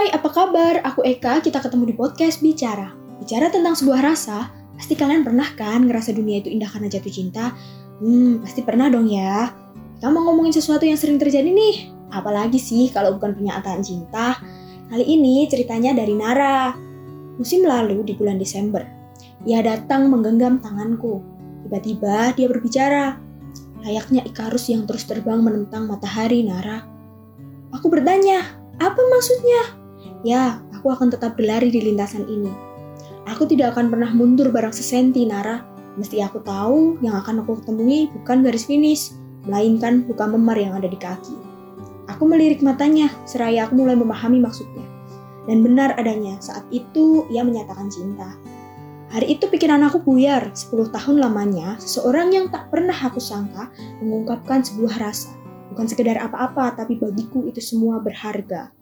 Hai, apa kabar? Aku Eka, kita ketemu di podcast Bicara. Bicara tentang sebuah rasa, pasti kalian pernah kan ngerasa dunia itu indah karena jatuh cinta? Pasti pernah dong ya. Kita mau ngomongin sesuatu yang sering terjadi nih. Apalagi sih kalau bukan pernyataan cinta. Kali ini ceritanya dari Nara. Musim lalu di bulan Desember, ia datang menggenggam tanganku. Tiba-tiba dia berbicara. Layaknya Ikarus yang terus terbang menentang matahari, Nara. Aku bertanya, apa maksudnya? Ya, aku akan tetap berlari di lintasan ini. Aku tidak akan pernah mundur barang sesenti, Nara. Mesti aku tahu yang akan aku temui bukan garis finish, melainkan luka memar yang ada di kaki. Aku melirik matanya, seraya aku mulai memahami maksudnya. Dan benar adanya, saat itu ia menyatakan cinta. Hari itu pikiran aku buyar, 10 tahun lamanya, seseorang yang tak pernah aku sangka mengungkapkan sebuah rasa. Bukan sekedar apa-apa, tapi bagiku itu semua berharga.